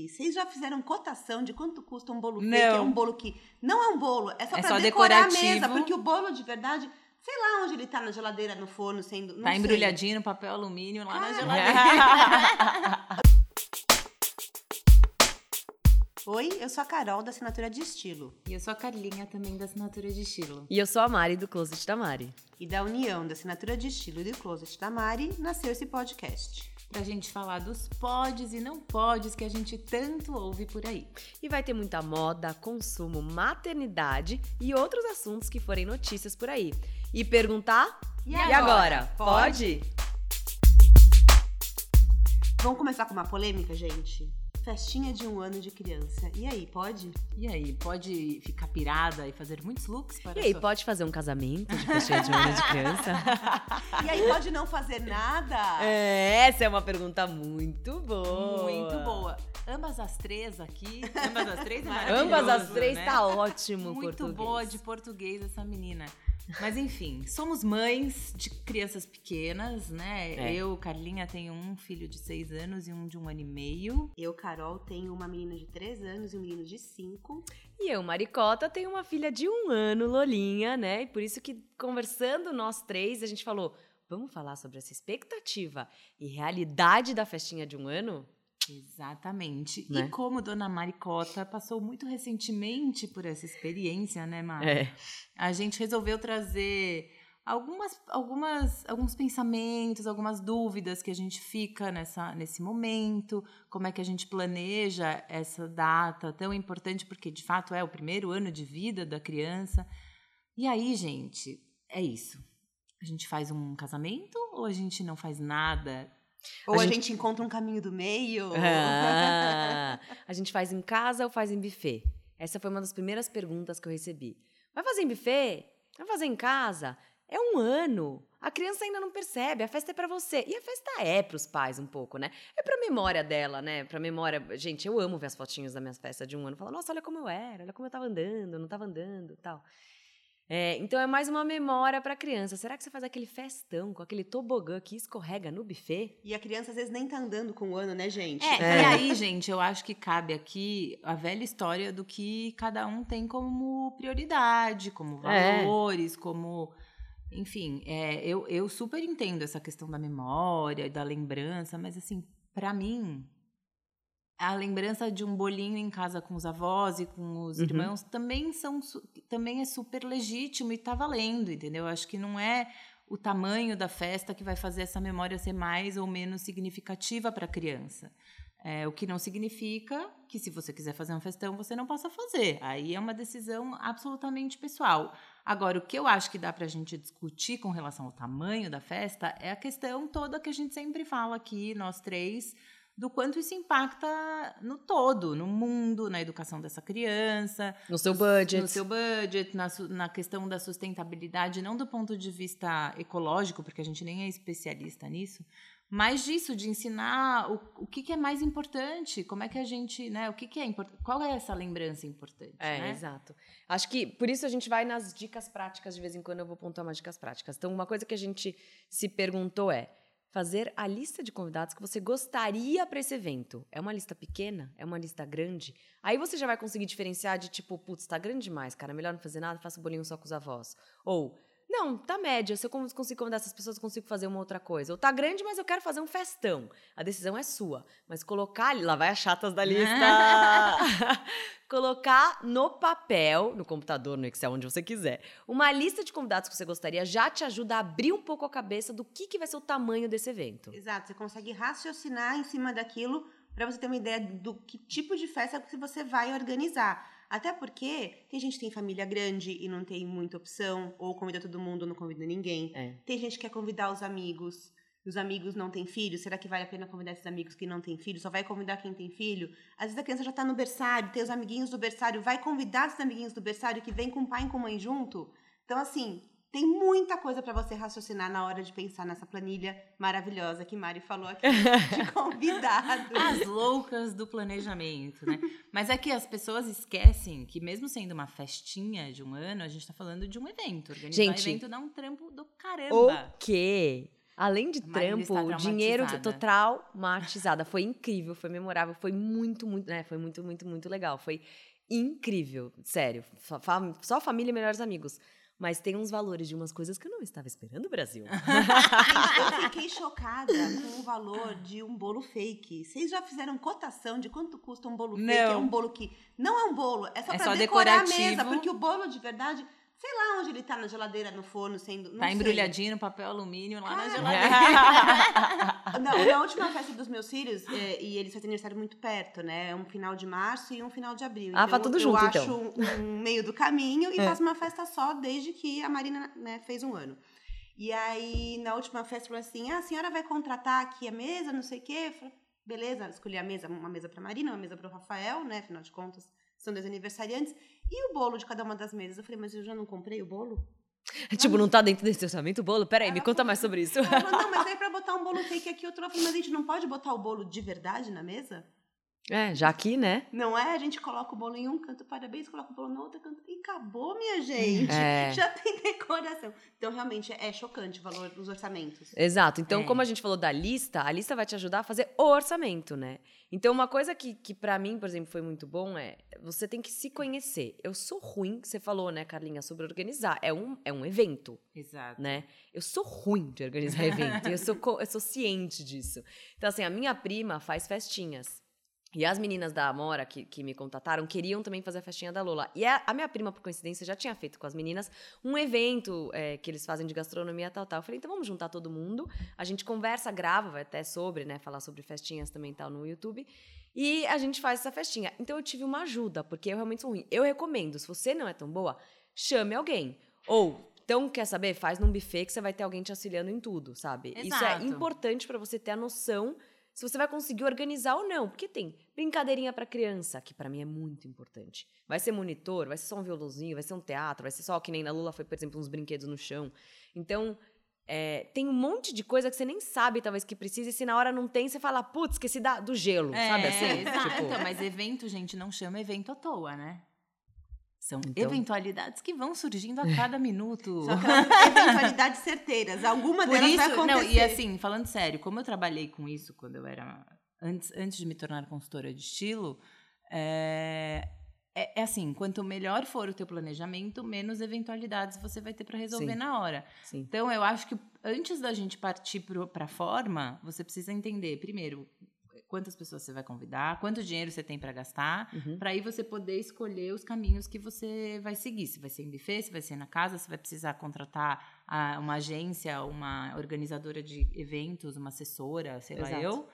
Gente, vocês já fizeram cotação de quanto custa um bolo Não. fake? É um bolo que não é um bolo, é só É pra só decorar a decorativo. mesa, porque o bolo de verdade, sei lá onde ele tá, na geladeira, no forno, sendo... Não Tá sei. embrulhadinho no papel alumínio lá na Cara. geladeira. Oi, eu sou a Carol, da Assinatura de Estilo. E eu sou a Carlinha, também da Assinatura de Estilo. E eu sou a Mari, do Closet da Mari. E da união da Assinatura de Estilo e do Closet da Mari, nasceu esse podcast. Pra gente falar dos podes e não podes que a gente tanto ouve por aí. E vai ter muita moda, consumo, maternidade e outros assuntos que forem notícias por aí. E perguntar? E agora? Pode? Vamos começar com uma polêmica, gente? Festinha de 1 ano de criança. E aí, pode? E aí, pode ficar pirada e fazer muitos looks para E aí, sua... pode fazer um casamento de festinha de 1 ano de criança? E aí, pode não fazer nada? Essa é uma pergunta muito boa. Muito boa. Ambas as três aqui. Ambas as três é Ambas as maravilhoso, três né? tá ótimo. Muito português. boa de português essa menina. Mas enfim, somos mães de crianças pequenas, né? É. Eu, Carlinha, tenho um filho de 6 anos e um de 1 ano e meio. Eu, Carol, tenho uma menina de 3 anos e um menino de 5. E eu, Maricota, tenho uma filha de 1 ano, Lolinha, né? E por isso que, conversando nós três, a gente falou, vamos falar sobre essa expectativa e realidade da festinha de 1 ano? Exatamente. Né? E como Dona Maricota passou muito recentemente por essa experiência, né, Mari? É. A gente resolveu trazer alguns pensamentos, algumas dúvidas que a gente fica nesse momento, como é que a gente planeja essa data tão importante, porque de fato é o primeiro ano de vida da criança. E aí, gente, é isso. A gente faz um casamento ou a gente não faz nada? Ou a gente encontra um caminho do meio? A gente faz em casa ou faz em buffet? Essa foi uma das primeiras perguntas que eu recebi. Vai fazer em buffet? Vai fazer em casa? É 1 ano. A criança ainda não percebe, a festa é pra você. E a festa é pros pais um pouco, né? É pra memória dela, né? Pra memória... Gente, eu amo ver as fotinhos da minha festa de 1 ano. Falo, nossa, olha como eu era, olha como eu tava andando, não tava andando e tal. Então é mais uma memória pra criança. Será que você faz aquele festão com aquele tobogã que escorrega no buffet? E a criança às vezes nem tá andando com 1 ano, né, gente? E aí, gente, eu acho que cabe aqui a velha história do que cada um tem como prioridade, como valores, como... Enfim, eu super entendo essa questão da memória, da lembrança, mas assim, pra mim, a lembrança de um bolinho em casa com os avós e com os irmãos também é super legítimo e tá valendo, entendeu? Eu acho que não é o tamanho da festa que vai fazer essa memória ser mais ou menos significativa para a criança. O que não significa que, se você quiser fazer um festão, você não possa fazer. Aí é uma decisão absolutamente pessoal. Agora, o que eu acho que dá para a gente discutir com relação ao tamanho da festa é a questão toda que a gente sempre fala aqui, nós três, do quanto isso impacta no todo, no mundo, na educação dessa criança. No seu budget. No seu budget, na questão da sustentabilidade, não do ponto de vista ecológico, porque a gente nem é especialista nisso, mas disso, de ensinar o que é mais importante, como é que a gente, né, o que é importante, qual é essa lembrança importante, né? Exato. Acho que por isso a gente vai nas dicas práticas, de vez em quando eu vou pontuar umas dicas práticas. Então, uma coisa que a gente se perguntou fazer a lista de convidados que você gostaria para esse evento. É uma lista pequena? É uma lista grande? Aí você já vai conseguir diferenciar de tipo, putz, tá grande demais, cara, melhor não fazer nada, faça o bolinho só com os avós. Ou, não, tá média, se eu consigo convidar essas pessoas, eu consigo fazer uma outra coisa. Ou tá grande, mas eu quero fazer um festão. A decisão é sua. Mas colocar ali, lá vai as chatas da lista. Colocar no papel, no computador, no Excel, onde você quiser, uma lista de convidados que você gostaria já te ajuda a abrir um pouco a cabeça do que vai ser o tamanho desse evento. Exato, você consegue raciocinar em cima daquilo para você ter uma ideia do que tipo de festa que você vai organizar. Até porque tem gente que tem família grande e não tem muita opção, ou convida todo mundo ou não convida ninguém. Tem gente que quer convidar os amigos não têm filho, será que vale a pena convidar esses amigos que não têm filho? Só vai convidar quem tem filho? Às vezes a criança já tá no berçário, tem os amiguinhos do berçário, vai convidar os amiguinhos do berçário que vem com o pai e com a mãe junto? Então, assim, tem muita coisa para você raciocinar na hora de pensar nessa planilha maravilhosa que Mari falou aqui de convidados. As loucas do planejamento, né? Mas é que as pessoas esquecem que mesmo sendo uma festinha de 1 ano, a gente tá falando de um evento. Organizar um evento dá um trampo do caramba. O quê? Além de trampo, o dinheiro, tô traumatizada. Foi incrível, foi memorável, foi muito, né? Foi muito, muito, muito legal. Foi incrível, sério. Só família e melhores amigos. Mas tem uns valores de umas coisas que eu não estava esperando, Brasil. Eu fiquei chocada com o valor de um bolo fake. Vocês já fizeram cotação de quanto custa um bolo fake? É um bolo que não é um bolo, é só pra decorar a mesa. Porque o bolo, de verdade, sei lá onde ele tá, na geladeira, no forno, sendo... Não tá sei. Embrulhadinho no papel alumínio lá na geladeira. Não, na última festa dos meus filhos, e eles fazem aniversário muito perto, né? Um final de março e um final de abril. Então, faz tudo junto, então. Eu acho um meio do caminho e faço uma festa só desde que a Marina, né, fez 1 ano. E aí, na última festa, falou assim, a senhora vai contratar aqui a mesa, não sei o quê? Eu falei, beleza, escolhi a mesa, uma mesa pra Marina, uma mesa pro Rafael, né? Afinal de contas, são 2 aniversariantes. E o bolo de cada uma das mesas? Eu falei, mas eu já não comprei o bolo? Tipo, não tá dentro desse orçamento o bolo? Peraí, me conta mais sobre isso. Ela falou, não, mas aí pra botar um bolo fake aqui, outro. Eu falei, mas a gente não pode botar o bolo de verdade na mesa? Já aqui, né? Não é? A gente coloca o bolo em um canto, parabéns, coloca o bolo no outro canto e acabou, minha gente. Já tem decoração. Então, realmente, é chocante o valor dos orçamentos. Exato. Então, como a gente falou da lista, a lista vai te ajudar a fazer o orçamento, né? Então, uma coisa que pra mim, por exemplo, foi muito bom é você tem que se conhecer. Eu sou ruim, você falou, né, Carlinha, sobre organizar. É um evento. Exato. Né? Eu sou ruim de organizar evento. eu sou ciente disso. Então, assim, a minha prima faz festinhas. E as meninas da Amora, que me contataram, queriam também fazer a festinha da Lola. E a minha prima, por coincidência, já tinha feito com as meninas um evento que eles fazem de gastronomia tal. Eu falei, então vamos juntar todo mundo. A gente conversa, grava, vai até sobre, né? Falar sobre festinhas também tal no YouTube. E a gente faz essa festinha. Então eu tive uma ajuda, porque eu realmente sou ruim. Eu recomendo, se você não é tão boa, chame alguém. Ou... Então, quer saber? Faz num buffet que você vai ter alguém te auxiliando em tudo, sabe? Exato. Isso é importante pra você ter a noção se você vai conseguir organizar ou não. Porque tem brincadeirinha pra criança, que pra mim é muito importante. Vai ser monitor, vai ser só um violãozinho, vai ser um teatro, vai ser só, que nem na Lula foi, por exemplo, uns brinquedos no chão. Então, tem um monte de coisa que você nem sabe, talvez, que precisa. E se na hora não tem, você fala, putz, esqueci do gelo, sabe assim? Exato. Tipo... Mas evento, gente, não chama evento à toa, né? São eventualidades que vão surgindo a cada minuto. Só aquelas eventualidades certeiras. Alguma delas vai acontecer. Não, e assim, falando sério, como eu trabalhei com isso quando eu era... Antes de me tornar consultora de estilo, assim, quanto melhor for o teu planejamento, menos eventualidades você vai ter para resolver na hora. Sim. Então, eu acho que antes da gente partir para a forma, você precisa entender, primeiro... quantas pessoas você vai convidar, quanto dinheiro você tem para gastar, para aí você poder escolher os caminhos que você vai seguir. Se vai ser em buffet, se vai ser na casa, se vai precisar contratar uma agência, uma organizadora de eventos, uma assessora, sei lá eu.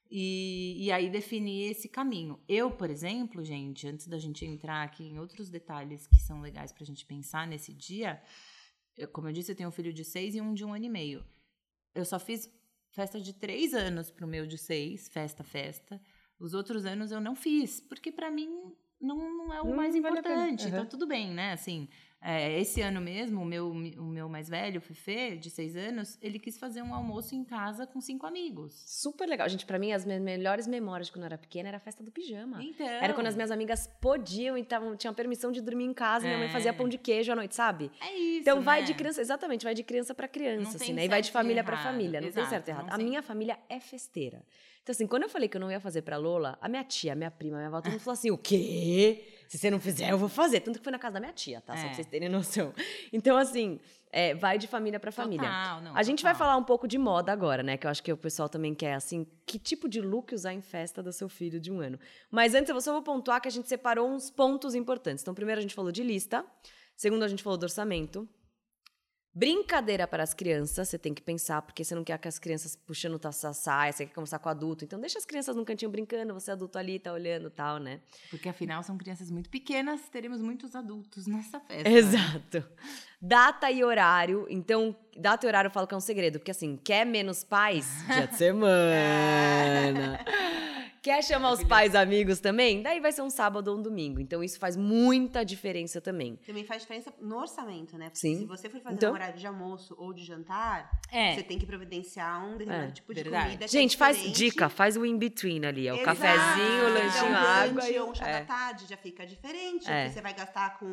E aí definir esse caminho. Eu, por exemplo, gente, antes da gente entrar aqui em outros detalhes que são legais pra gente pensar nesse dia, como eu disse, eu tenho um filho de 6 e um de 1 ano e meio. Eu só fiz festa de 3 anos pro meu de 6, festa. Os outros anos eu não fiz, porque pra mim não é o mais importante. Então, tudo bem, né? Assim, esse ano mesmo, o meu mais velho, o Fefe, de 6 anos, ele quis fazer um almoço em casa com 5 amigos. Super legal. Gente, pra mim, as melhores memórias de quando eu era pequena era a festa do pijama. Então. Era quando as minhas amigas podiam e tinham permissão de dormir em casa e minha mãe fazia pão de queijo à noite, sabe? É isso, então, vai de criança... Exatamente, vai de criança pra criança, assim, né? E vai de família pra família. Não tem certo e errado. A minha família é festeira. Então, assim, quando eu falei que eu não ia fazer pra Lola, a minha tia, minha prima, minha avó, todo mundo falou assim, o quê? Se você não fizer, eu vou fazer. Tanto que foi na casa da minha tia, tá? Só pra vocês terem noção. Então, assim, vai de família pra família. A gente vai falar um pouco de moda agora, né? Que eu acho que o pessoal também quer, assim, que tipo de look usar em festa do seu filho de 1 ano. Mas antes, eu só vou pontuar que a gente separou uns pontos importantes. Então, primeiro a gente falou de lista. Segundo, a gente falou do orçamento. Brincadeira para as crianças, você tem que pensar, porque você não quer que as crianças puxando a saia, você quer conversar com o adulto. Então, deixa as crianças num cantinho brincando, você adulto ali, tá olhando e tal, né? Porque, afinal, são crianças muito pequenas, teremos muitos adultos nessa festa. Exato. Data e horário. Então, data e horário eu falo que é um segredo, porque, assim, quer menos pais? Dia de semana. Quer chamar os pais amigos também? Daí vai ser um sábado ou um domingo. Então, isso faz muita diferença também. Também faz diferença no orçamento, né? Porque Sim. se você for fazer um horário de almoço ou de jantar, você tem que providenciar um determinado tipo de comida. Gente, faz dica, faz o in-between ali. O cafezinho, o lanchinho, água. Ou um chá da tarde já fica diferente. Porque você vai gastar com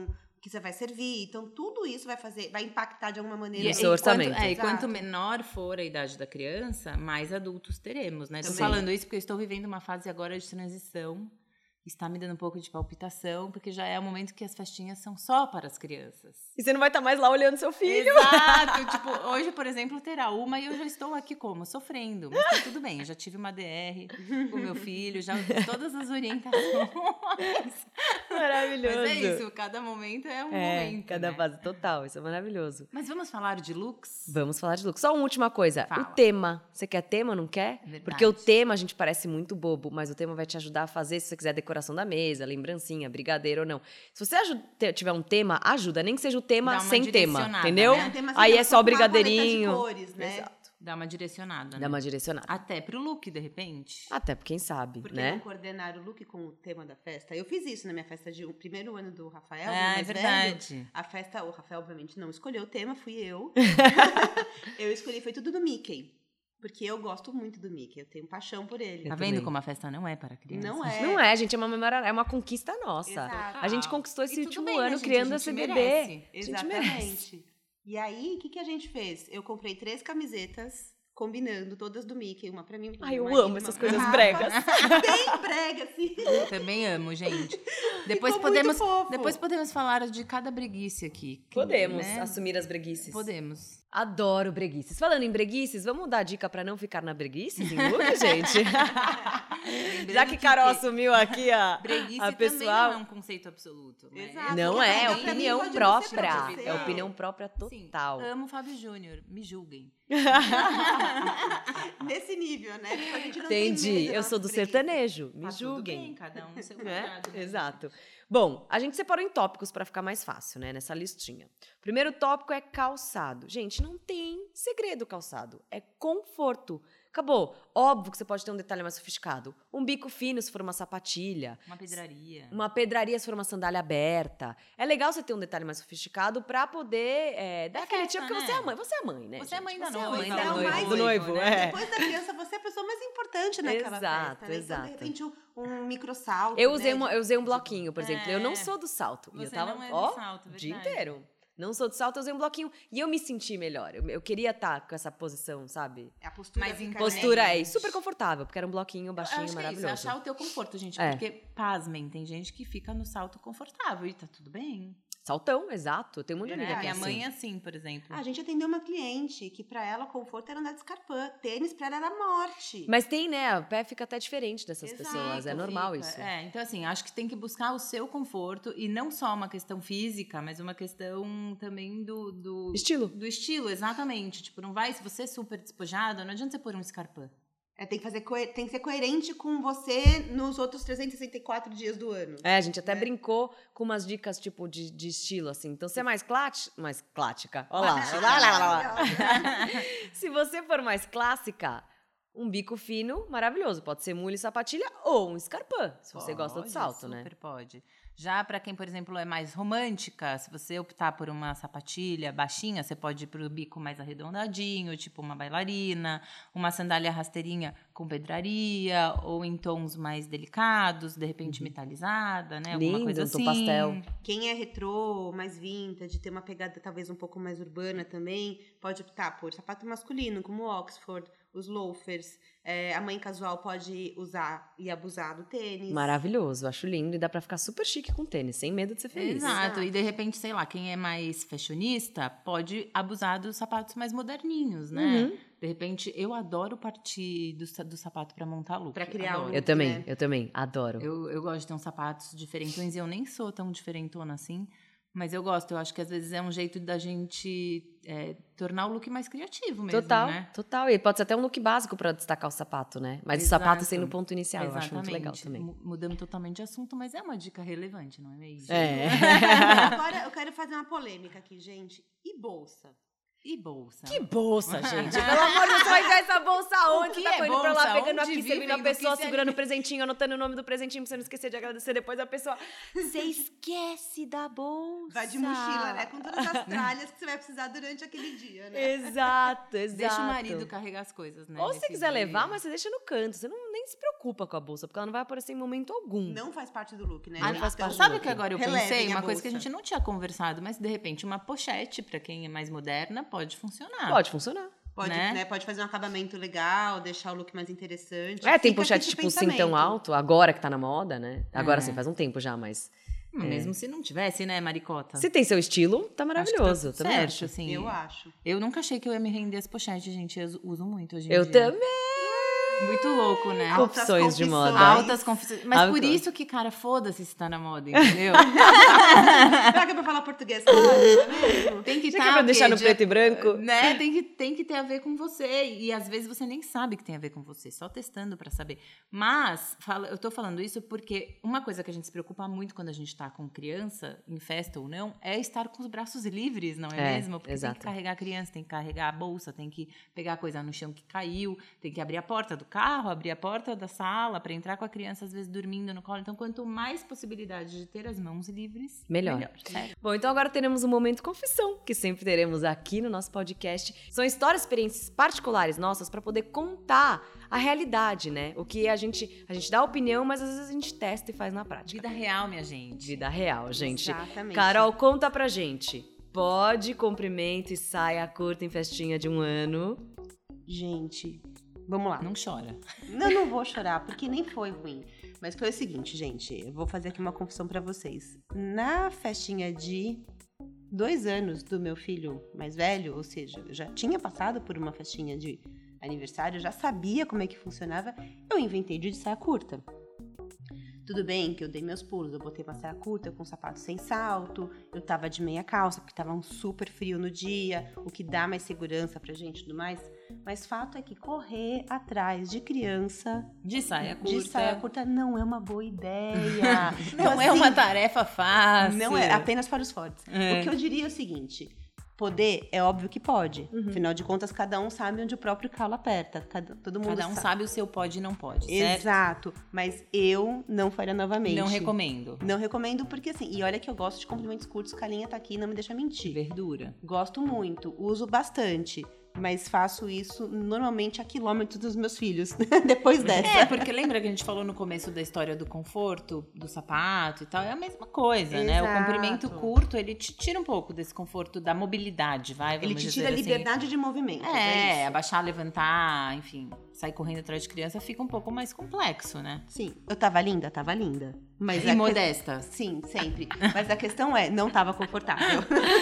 que você vai servir. Então, tudo isso vai impactar de alguma maneira no seu orçamento. E quanto menor for a idade da criança, mais adultos teremos, né? Estou Sim. falando isso porque eu estou vivendo uma fase agora de transição. Está me dando um pouco de palpitação, porque já é o momento que as festinhas são só para as crianças. E você não vai estar mais lá olhando seu filho. Exato. Tipo, hoje, por exemplo, terá uma e eu já estou aqui como? Sofrendo. Mas tá tudo bem, eu já tive uma DR com meu filho, já fiz todas as orientações. Maravilhoso. Mas é isso, cada momento é um momento, cada né? fase total, isso é maravilhoso. Mas vamos falar de looks? Vamos falar de look. Só uma última coisa, Fala. o tema. Você quer tema, não quer? Verdade. Porque o tema, a gente parece muito bobo, mas o tema vai te ajudar a fazer, se você quiser, decoração da mesa, lembrancinha, brigadeiro ou não. Se você tiver um tema, ajuda. Nem que seja o tema sem tema, entendeu? Né? Aí é só uma brigadeirinho. paleta de cores, né? Exato. Dá uma direcionada, né? Dá uma direcionada. Até pro look, de repente. Até quem sabe, Porque né? não coordenar o look com o tema da festa. Eu fiz isso na minha festa de primeiro ano do Rafael. É mais verdade. Velho. A festa, o Rafael obviamente não escolheu o tema, fui eu. Eu escolhi, foi tudo do Mickey. Porque eu gosto muito do Mickey, eu tenho paixão por ele. Tá vendo como a festa não é para criança? Não é. Não é, gente, é uma memória, é uma conquista nossa. Exato. A gente conquistou esse E tudo último bem, né, ano gente? criando A gente esse bebê. merece. A gente merece. Exatamente. E aí, o que a gente fez? Eu comprei 3 camisetas, combinando, todas do Mickey, uma pra mim, uma Ai, eu pra amo uma essas pra coisas Rafa. bregas. Bem brega, assim. Também amo, gente. Depois Ficou muito podemos, fofo. depois podemos falar de cada breguice aqui. Podemos né? assumir as breguices. Podemos. Adoro breguices. Falando em breguices, vamos dar dica pra não ficar na breguices em look, gente? Já que Carol assumiu aqui Breguice a também pessoal. não é um conceito absoluto. Né? Exato. Não Porque é pra mim opinião pode não ser própria. pra você. É opinião própria Sim, total. amo o Fábio Júnior, me julguem. Nesse nível, né? Tipo, a gente não tem Entendi. medo da Eu nossa sou do preguiça. sertanejo. Me Tá tudo julguem. bem, cada um no seu Né? quadrado, né? Exato. Bom, a gente separou em tópicos pra ficar mais fácil, né? Nessa listinha. O primeiro tópico é calçado. Gente, não tem segredo calçado. É conforto. Acabou. Óbvio que você pode ter um detalhe mais sofisticado. Um bico fino se for uma sapatilha. Uma pedraria. Uma pedraria se for uma sandália aberta. É legal você ter um detalhe mais sofisticado pra poder dar aquele festa, tipo, porque né? você é a mãe. Você é a mãe, né? Você é gente? mãe da Você é a noiva, mãe Você da é o noiva, mais do noivo, né? Depois da criança, você é a pessoa mais importante naquela Exato, festa, né? exato. Então, de repente, um microsalto, Eu usei, né? eu usei um bloquinho, por exemplo. Eu não É. sou do salto. E eu Você tava, não é do ó, salto, o dia verdade. inteiro. Não sou do salto, eu usei um bloquinho. E eu me senti melhor. Eu queria estar com essa posição, sabe? A postura Mas fica Postura bem. é super confortável, porque era um bloquinho baixinho, Acho que é maravilhoso. isso, achar o teu conforto, gente. É. Porque, pasmem, tem gente que fica no salto confortável e tá tudo bem. Saltão, exato. Eu tenho um monte de amiga Né? que é Minha assim. mãe é assim, por exemplo. Ah, a gente atendeu uma cliente que pra ela o conforto era andar de escarpã. Tênis pra ela era morte. Mas tem, né? O pé fica até diferente dessas Exato, pessoas. É normal Fica. isso. É, então assim, acho que tem que buscar o seu conforto e não só uma questão física, mas uma questão também do Estilo. Do estilo, exatamente. Tipo, não vai, se você é super despojada, não adianta você pôr um escarpã. Tem que tem que ser coerente com você nos outros 364 dias do ano. É, a gente até Né? brincou com umas dicas, tipo, de estilo, assim. Então, você é mais clássica. Olha lá. Se você for mais clássica, um bico fino, maravilhoso. Pode ser mule e sapatilha ou um escarpã, se você gosta de salto, né? Super pode. Já para quem, por exemplo, é mais romântica, se você optar por uma sapatilha baixinha, você pode ir pro bico mais arredondadinho, tipo uma bailarina, uma sandália rasteirinha com pedraria, ou em tons mais delicados, de repente metalizada, né? Alguma Lindo, coisa um assim. tom pastel. Quem é retrô, mais vintage, ter uma pegada talvez um pouco mais urbana também, pode optar por sapato masculino, como o Oxford, os loafers. A mãe casual pode usar e abusar do tênis. Maravilhoso, acho lindo. E dá pra ficar super chique com tênis, sem medo de ser feliz. Exato. E de repente, sei lá, quem é mais fashionista pode abusar dos sapatos mais moderninhos, né? Uhum. De repente, eu adoro partir do sapato para montar look. Pra criar Adoro. um- Eu também, adoro. Eu gosto de ter uns sapatos diferentões e eu nem sou tão diferentona assim, mas eu gosto. Eu acho que às vezes é um jeito da gente tornar o look mais criativo mesmo, Total, né? total. E pode ser até um look básico pra destacar o sapato, né? Mas o Exato. sapato sendo o ponto inicial, eu acho muito Exatamente. legal também. Mudando totalmente de assunto, mas é uma dica relevante, não é mesmo? É. Agora eu quero fazer uma polêmica aqui, gente. E bolsa? E bolsa? Que bolsa, gente. Pelo amor de Deus, você vai dar essa bolsa onde? que Você tá é indo pra lá, bolsa? pegando Onde aqui, vivem, servindo a do pessoa, que se segurando o presentinho, anotando o nome do presentinho pra você não esquecer de agradecer depois a pessoa. Você esquece da bolsa. Vai de mochila, né? Com todas as tralhas que você vai precisar durante aquele dia, né? Exato, exato. Deixa o marido carregar as coisas, né? Ou se você nesse quiser dia. levar, mas você deixa no canto. Você não nem se preocupa com a bolsa, porque ela não vai aparecer em momento algum. Não faz parte do look, né? Não faz parte do Sabe o look. que agora eu Relevem pensei? a Uma coisa que a bolsa. gente não tinha conversado, mas de repente uma pochete, pra quem é mais moderna, pode funcionar. Pode funcionar. Pode, né? Pode fazer um acabamento legal, deixar o look mais interessante. Tem Fica pochete esse tipo cintão pensamento. alto, agora que tá na moda, né? Agora sim, faz um tempo já, mas... Mesmo se não tivesse, né, Maricota? Se tem seu estilo, tá maravilhoso. Acho que tá também certo, acho. assim. Eu acho. Eu nunca achei que eu ia me render às pochetes, gente. Eu uso muito hoje em Eu dia. também. Muito louco, né? Altas Opções de moda. confissões. Altas confissões. Mas por isso que, cara, foda-se se tá na moda, entendeu? Será que é pra falar português? Claro, não é mesmo? Tem que Já estar que é pra deixar no preto e branco? Né? Tem que ter a ver com você. E às vezes você nem sabe que tem a ver com você, só testando pra saber. Mas eu tô falando isso porque uma coisa que a gente se preocupa muito quando a gente tá com criança, em festa ou não, é estar com os braços livres, não é mesmo? Porque exato. tem que carregar a criança, tem que carregar a bolsa, tem que pegar a coisa no chão que caiu, tem que abrir a porta do carro, abrir a porta da sala pra entrar com a criança, às vezes dormindo no colo. Então, quanto mais possibilidade de ter as mãos livres, Melhor. Sério. Bom, então agora teremos um momento confissão, que sempre teremos aqui no nosso podcast. São histórias, experiências particulares nossas para poder contar a realidade, né? O que a gente dá opinião, mas às vezes a gente testa e faz na prática. Vida real, minha gente. Vida real, gente. Exatamente. Carol, conta pra gente. Pode comprimento e saia curta em festinha de 1 ano? Gente, vamos lá. Não chora. Não vou chorar, porque nem foi ruim. Mas foi o seguinte, gente. Eu vou fazer aqui uma confissão pra vocês. Na festinha de 2 anos do meu filho mais velho, ou seja, eu já tinha passado por uma festinha de aniversário, eu já sabia como é que funcionava, eu inventei de saia curta. Tudo bem que eu dei meus pulos, eu botei uma saia curta com sapato sem salto, eu tava de meia calça, porque tava um super frio no dia, o que dá mais segurança pra gente e tudo mais. Mas fato é que correr atrás de criança De saia curta. de saia curta não é uma boa ideia. Não é Assim, uma tarefa fácil. não é, apenas para os fortes. É. O que eu diria é o seguinte: poder é óbvio que pode. Afinal de contas, cada um sabe onde o próprio calo aperta. Todo mundo Cada um sabe o seu pode e não pode, certo? Exato. Mas eu não faria novamente. Não recomendo. Não recomendo porque assim, e olha que eu gosto de comprimentos curtos, que a linha tá aqui, não me deixa mentir. Verdura. Gosto muito, uso bastante. Mas faço isso normalmente a quilômetros dos meus filhos, depois dessa. É, porque lembra que a gente falou no começo da história do conforto, do sapato e tal? É a mesma coisa, né? O Exato. comprimento curto, ele te tira um pouco desse conforto da mobilidade, vai? Ele Vamos te dizer tira a assim. liberdade de movimento. É, isso. abaixar, levantar, enfim, sair correndo atrás de criança fica um pouco mais complexo, né? Sim, eu tava linda, tava linda. Mas E a modesta. Sim, sempre. Mas a questão é, não tava confortável.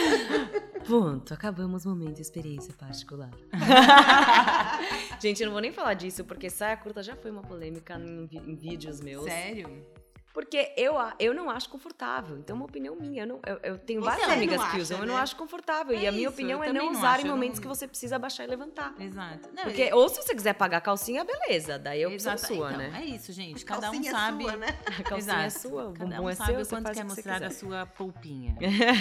Ponto, acabamos o momento de experiência particular. Gente, eu não vou nem falar disso, porque saia curta já foi uma polêmica em vídeos meus. Sério? Porque eu não acho confortável. Então, é uma opinião minha. Eu tenho Você várias não amigas que acha, usam, eu né? não acho confortável. E a minha isso, opinião eu é não também não usar acho, em eu momentos não- que você precisa abaixar e levantar. Exato. Não, Porque, ou se você quiser pagar a calcinha, beleza. Daí é opção Exato. sua, Então, né? é isso, gente. Cada um Calcinha sabe. sua, né? A calcinha é Exato. sua, o Cada bumbum um é sabe seu, o você quanto faz quer o que você mostrar quiser. a sua polpinha.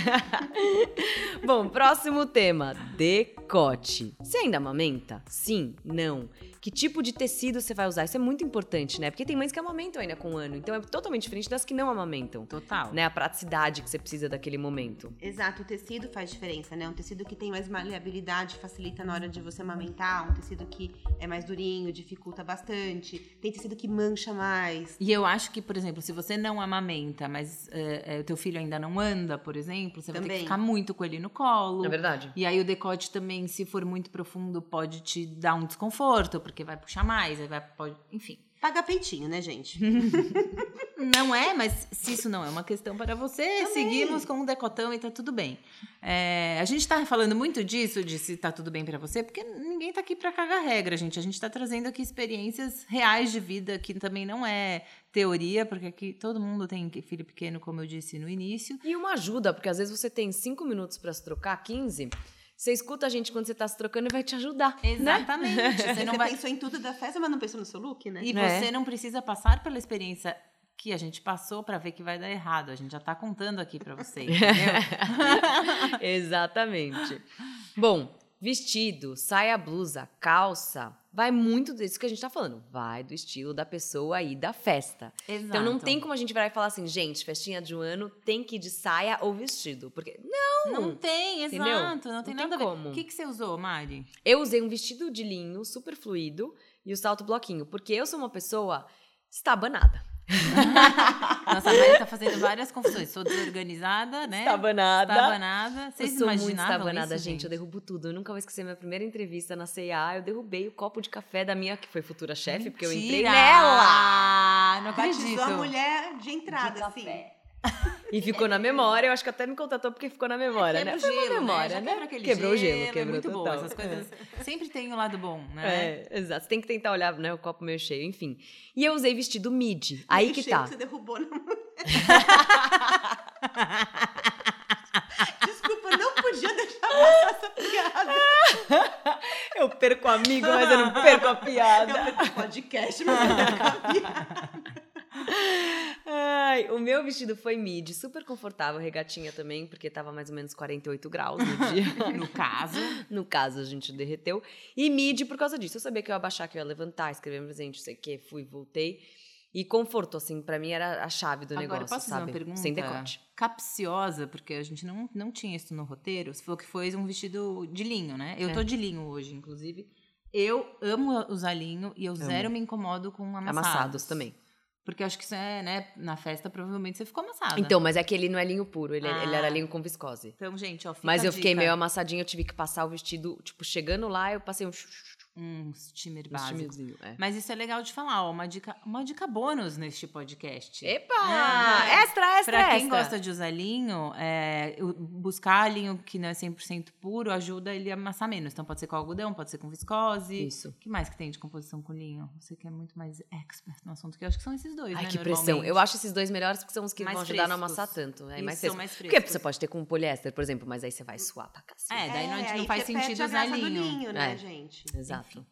Bom, próximo tema: decote. Você ainda amamenta? Sim? Não? Que tipo de tecido você vai usar? Isso é muito importante, né? Porque tem mães que amamentam ainda com 1 ano. Então é totalmente diferente das que não amamentam. Total. Né? A praticidade que você precisa daquele momento. Exato, o tecido faz diferença, né? Um tecido que tem mais maleabilidade, facilita na hora de você amamentar. Um tecido que é mais durinho, dificulta bastante. Tem tecido que mancha mais. E eu acho que, por exemplo, se você não amamenta, mas o teu filho ainda não anda, por exemplo, você vai ter que Também. ficar muito com ele no colo. Não é verdade? E aí o decote também, se for muito profundo, pode te dar um desconforto, porque vai puxar mais, aí pode, enfim. Paga peitinho, né, gente? Não é, mas se isso não é uma questão para você, seguimos com um decotão e tá tudo bem. A gente tá falando muito disso, de se tá tudo bem para você, porque ninguém tá aqui para cagar regra, gente. A gente tá trazendo aqui experiências reais de vida, que também não é teoria, porque aqui todo mundo tem filho pequeno, como eu disse no início. E uma ajuda, porque às vezes você tem 5 minutos pra se trocar, 15. Você escuta a gente quando você tá se trocando e vai te ajudar. Né? Exatamente. Você não vai... pensou em tudo da festa, mas não pensou no seu look, né? E É. você não precisa passar pela experiência que a gente passou para ver que vai dar errado. A gente já tá contando aqui para você, entendeu? Exatamente. Bom, vestido, saia, blusa, calça, vai muito disso que a gente tá falando. Vai do estilo da pessoa aí da festa. Exato. Então não tem como a gente virar e falar assim, gente, festinha de 1 ano tem que ir de saia ou vestido. Porque Não tem, Entendeu? exato. Não tem Não nada tem a ver. como. O que você usou, Mari? eu usei um vestido de linho super fluido, e o salto bloquinho. Porque eu sou uma pessoa estabanada. Nossa, a Mari tá fazendo várias confusões. Sou desorganizada, né? Estabanada. Vocês eu sou imaginavam muito estabanada, isso, gente? Eu derrubo tudo. Eu nunca vou esquecer minha primeira entrevista na C&A. Eu derrubei o copo de café da minha, que foi futura chefe, porque eu entrei nela. Não acredito. Batizou a mulher de entrada, De assim. café. E ficou na memória. Eu acho que até me contratou porque ficou na memória, né? Quebra o Foi uma gelo, memória, né? né? Quebra aquele Quebrou o gelo, gelo, quebrou muito bom. total. Essas coisas sempre tem o lado bom, né? Exato. Você tem que tentar olhar, né, o copo meio cheio, enfim. E eu usei vestido midi. Aí que tá. Que você derrubou na mulher. Desculpa, não podia deixar passar essa piada. Eu perco o amigo, mas eu não perco a piada. Eu perco o podcast, mas eu perco a piada. Ai, o meu vestido foi midi, super confortável, regatinha também, porque tava mais ou menos 48 graus no dia. No caso, a gente derreteu. E midi por causa disso. Eu sabia que eu ia abaixar, que eu ia levantar, escrever um presente, não sei o quê. Fui, voltei. E conforto, assim, pra mim era a chave do negócio, posso sabe? fazer uma pergunta sem decote. Capciosa, porque a gente não tinha isso no roteiro. Você falou que foi um vestido de linho, né? Eu tô de linho hoje, inclusive. Eu amo usar linho e eu zero me incomodo com amassados também. Porque eu acho que isso é, né, na festa provavelmente você ficou amassada. Então, mas é que ele não é linho puro, ele era linho com viscose. Então, gente, ó, fica Mas a eu fiquei dica. meio amassadinha, eu tive que passar o vestido, tipo, chegando lá, eu passei um steamer básico. steamerzinho, Mas isso é legal de falar, ó, uma dica bônus neste podcast. Epa! É. Extra! Pra quem gosta de usar linho, buscar linho que não é 100% puro ajuda ele a amassar menos. Então pode ser com algodão, pode ser com viscose. Isso. O que mais que tem de composição com linho? Você que é muito mais expert no assunto, que eu acho que são esses dois, Ai, né, que pressão. normalmente. Eu acho esses dois melhores porque são os que Mais vão ajudar a não frescos. amassar tanto. É Isso, mais são fresco. mais Porque frescos. você pode ter com poliéster, por exemplo, mas aí você vai suar pra cacete. Daí não aí faz você perde sentido a usar graça do linho. linho, né, gente? Exato.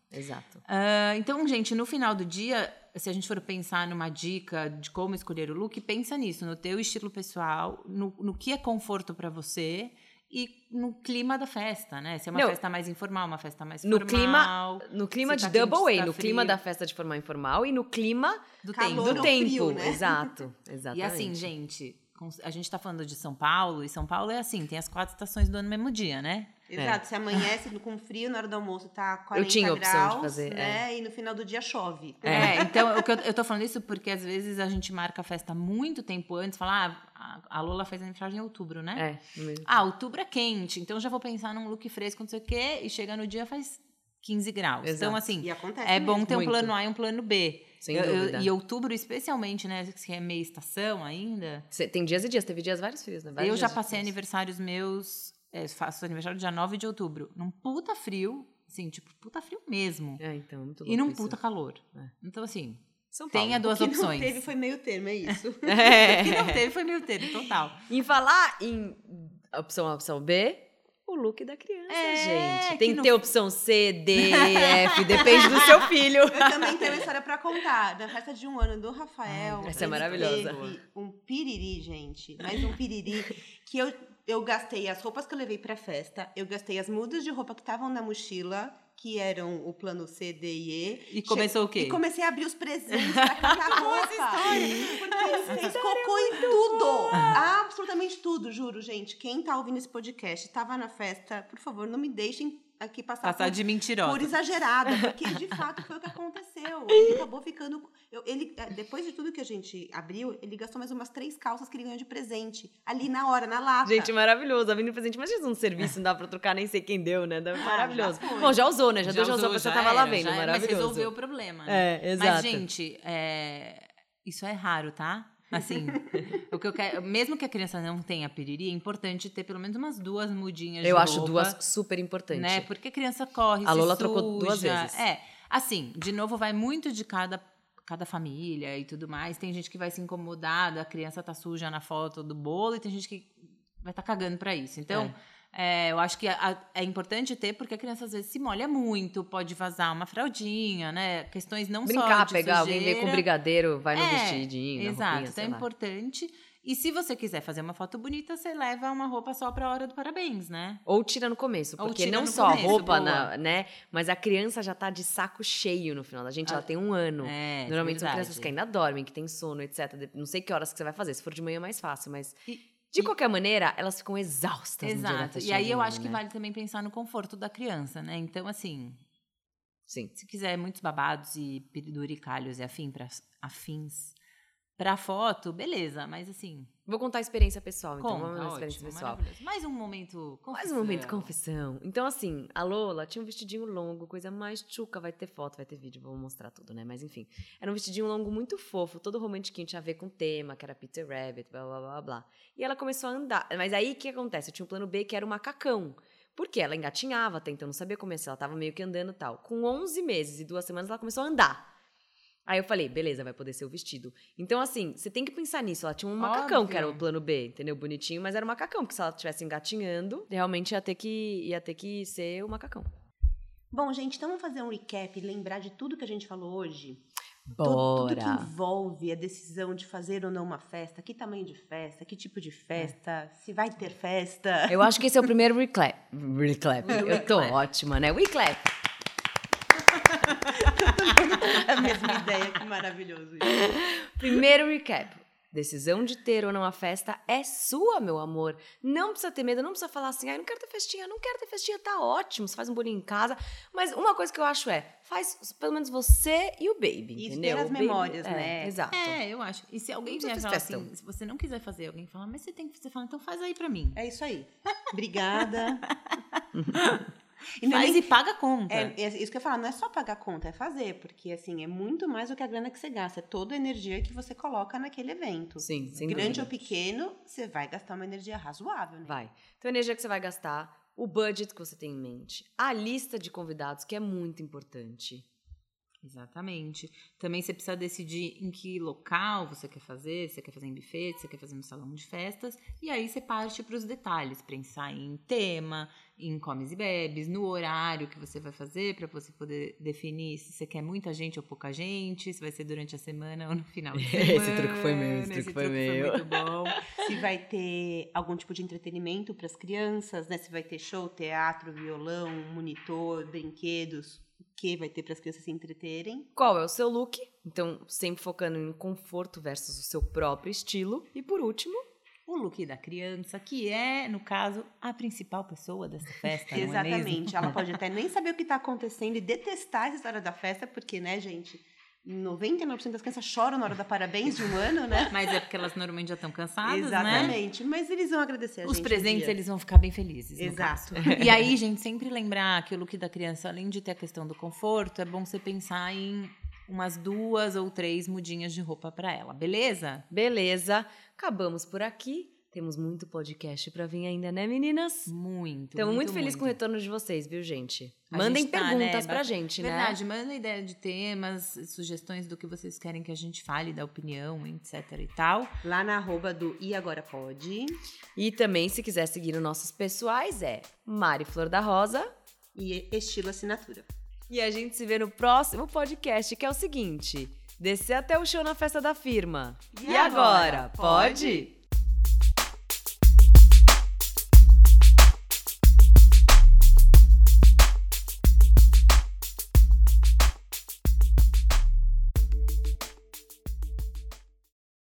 Então, gente, no final do dia, se a gente for pensar numa dica de como escolher o look, pensa nisso, no teu estilo pessoal, no que é conforto pra você e no clima da festa, né? Se é uma festa mais informal, uma festa mais formal. No clima de tá quente, double tá A, no frio. clima da festa de formal informal e no clima Do Calor tempo. do ou tempo. frio, né? Exato, exatamente. E assim, gente, a gente tá falando de São Paulo, e São Paulo é assim, tem as 4 estações do ano no mesmo dia, né? Exato, se amanhece com frio, na hora do almoço tá 40 Eu tinha a opção graus, de fazer, né? E no final do dia chove. Então, eu tô falando isso porque às vezes a gente marca a festa muito tempo antes, fala, a Lola faz aniversário em outubro, né? Mesmo. Outubro é quente, então eu já vou pensar num look fresco, não sei o quê, e chega no dia faz 15 graus. Exato. Então, assim, E acontece é bom mesmo. ter um Muito. plano A e um plano B. Sem dúvida. E outubro, especialmente, né, que é meia estação ainda. Tem dias e dias, teve dias vários frios, né? Vários Eu já dias passei frios. aniversários meus, faço aniversário dia 9 de outubro, num puta frio, assim, tipo, puta frio mesmo. Então, muito E louco num isso. puta calor. É. Então, assim, São Paulo. tenha duas O que opções. não teve foi meio termo, é isso. O que não teve foi meio termo, total. Em falar em opção B, o look da criança, gente. Tem que ter opção C, D, F, depende do seu filho. Eu também tenho uma história pra contar. Na festa de 1 ano do Rafael. Essa é ele maravilhosa. teve um piriri, gente. Mais um piriri. Que eu gastei as roupas que eu levei pra festa. Eu gastei as mudas de roupa que estavam na mochila, que eram o plano C, D e E. E começou o quê? E comecei a abrir os presentes pra catar roupa. Porque ele fez cocô em tudo. Absolutamente tudo, juro, gente. Quem tá ouvindo esse podcast, tava na festa, por favor, não me deixem aqui passar de mentirosa. por exagerada, porque de fato foi o que aconteceu. Ele acabou ficando... depois de tudo que a gente abriu, ele gastou mais umas 3 calças que ele ganhou de presente. Ali na hora, na lata. Gente, maravilhoso. Abrindo presente. Mas um serviço, não dá pra trocar, nem sei quem deu, né? Maravilhoso. já foi. Bom, já usou, né? Já usou, a pessoa tava lá vendo. Mas Maravilhoso. resolveu o problema. Né? Exato. Mas, gente, isso é raro, tá? Assim, o que eu quero, mesmo que a criança não tenha piriri, é importante ter pelo menos umas 2 mudinhas de Eu roupa. acho 2 super importantes. Né? Porque a criança corre, A Lola se trocou 2 suja. vezes. Assim, de novo, vai muito de cada família e tudo mais. Tem gente que vai se incomodar, a criança tá suja na foto do bolo, e tem gente que vai estar cagando pra isso. Então, eu acho que é importante ter, porque a criança às vezes se molha muito, pode vazar uma fraldinha, né? Questões não Brincar, só de pegar sujeira. alguém, ver com brigadeiro, vai no vestidinho, na Exato, roupinha, então é sei lá. importante. E se você quiser fazer uma foto bonita, você leva uma roupa só pra hora do parabéns, né? Ou tira no começo, Ou porque tira não no só a começo, roupa, boa. né? Mas a criança já tá de saco cheio no final da gente, ela tem 1 ano. Normalmente são verdade. crianças que ainda dormem, que têm sono, etc. Não sei que horas que você vai fazer, se for de manhã é mais fácil, mas... De qualquer maneira, elas ficam exaustas no dia da Exato. festinha E aí de eu um acho ano, que né? vale também pensar no conforto da criança, né? Então, assim, Sim. Se quiser muitos babados e penduricalhos e afins pra foto, beleza, mas assim... Vou contar a experiência pessoal, então. Conta, Vamos na experiência pessoal. Mais um momento confissão. Mais um momento confissão. Então, assim, a Lola tinha um vestidinho longo, coisa mais tchuca, vai ter foto, vai ter vídeo, vou mostrar tudo, né? Mas enfim, era um vestidinho longo muito fofo, todo romantiquinho, tinha a ver com o tema, que era Peter Rabbit, blá, blá, blá, blá. E ela começou a andar. Mas aí, o que acontece? Eu tinha um plano B, que era o macacão. Porque ela engatinhava até então, não sabia começar, ela tava meio que andando e tal. Com 11 meses e 2 semanas, ela começou a andar. Aí eu falei, beleza, vai poder ser o vestido. Então, assim, você tem que pensar nisso. Ela tinha um macacão, que era o plano B, entendeu? Bonitinho, mas era um macacão, porque se ela estivesse engatinhando, realmente ia ter que ser o macacão. Bom, gente, então vamos fazer um recap, lembrar de tudo que a gente falou hoje? Bora! Tudo que envolve a decisão de fazer ou não uma festa, que tamanho de festa, que tipo de festa, se vai ter festa. Eu acho que esse é o primeiro recap. Eu tô ótima, né? Recap! A mesma ideia, que maravilhoso isso. Primeiro recap. Decisão de ter ou não a festa é sua, meu amor. Não precisa ter medo, não precisa falar assim, não quero ter festinha, tá ótimo, você faz um bolinho em casa. Mas uma coisa que eu acho faz pelo menos você e o baby, isso, entendeu? Ter as memórias, né? Exato. Eu acho. E se alguém vier falar assim, se você não quiser fazer, alguém fala, mas você fala, então faz aí pra mim. É isso aí. Obrigada. E paga a conta. É isso que eu ia falar, não é só pagar a conta, é fazer, porque assim, é muito mais do que a grana que você gasta, é toda a energia que você coloca naquele evento. Sim, sem grande dúvida. ou pequeno, você vai gastar uma energia razoável, né? Vai. Então a energia que você vai gastar, o budget que você tem em mente, a lista de convidados, que é muito importante. Exatamente. Também você precisa decidir em que local você quer fazer, se você quer fazer em buffet, se você quer fazer no salão de festas, e aí você parte para os detalhes, pensar em tema, em comes e bebes, no horário que você vai fazer, para você poder definir se você quer muita gente ou pouca gente, se vai ser durante a semana ou no final de semana. Esse truque foi meu, esse truque foi muito bom. Se vai ter algum tipo de entretenimento para as crianças, né? Se vai ter show, teatro, violão, monitor, brinquedos, que vai ter para as crianças se entreterem. Qual é o seu look? Então, sempre focando em conforto versus o seu próprio estilo. E por último, o look da criança, que é, no caso, a principal pessoa dessa festa, não Exatamente. é mesmo? Ela pode até nem saber o que está acontecendo e detestar essa história da festa, porque, né, gente, 99% das crianças choram na hora da parabéns de um ano, né? Mas é porque elas normalmente já estão cansadas, Exatamente. né? Mas eles vão agradecer a gente. Os presentes, eles vão ficar bem felizes. Exato. E aí, gente, sempre lembrar que o look da criança, além de ter a questão do conforto, é bom você pensar em umas 2 ou 3 mudinhas de roupa para ela, beleza? Beleza. Acabamos por aqui. Temos muito podcast pra vir ainda, né, meninas? Muito. Estamos muito felizes com o retorno de vocês, viu, gente? Mandem gente tá, perguntas né? pra gente, né? Verdade, manda ideia de temas, sugestões do que vocês querem que a gente fale, da opinião, etc e tal. Lá na @ do E Agora Pode. E também, se quiser seguir os nossos pessoais, é Mari Flor da Rosa E Estilo Assinatura. E a gente se vê no próximo podcast, que é o seguinte: descer até o show na festa da firma. E agora? Pode?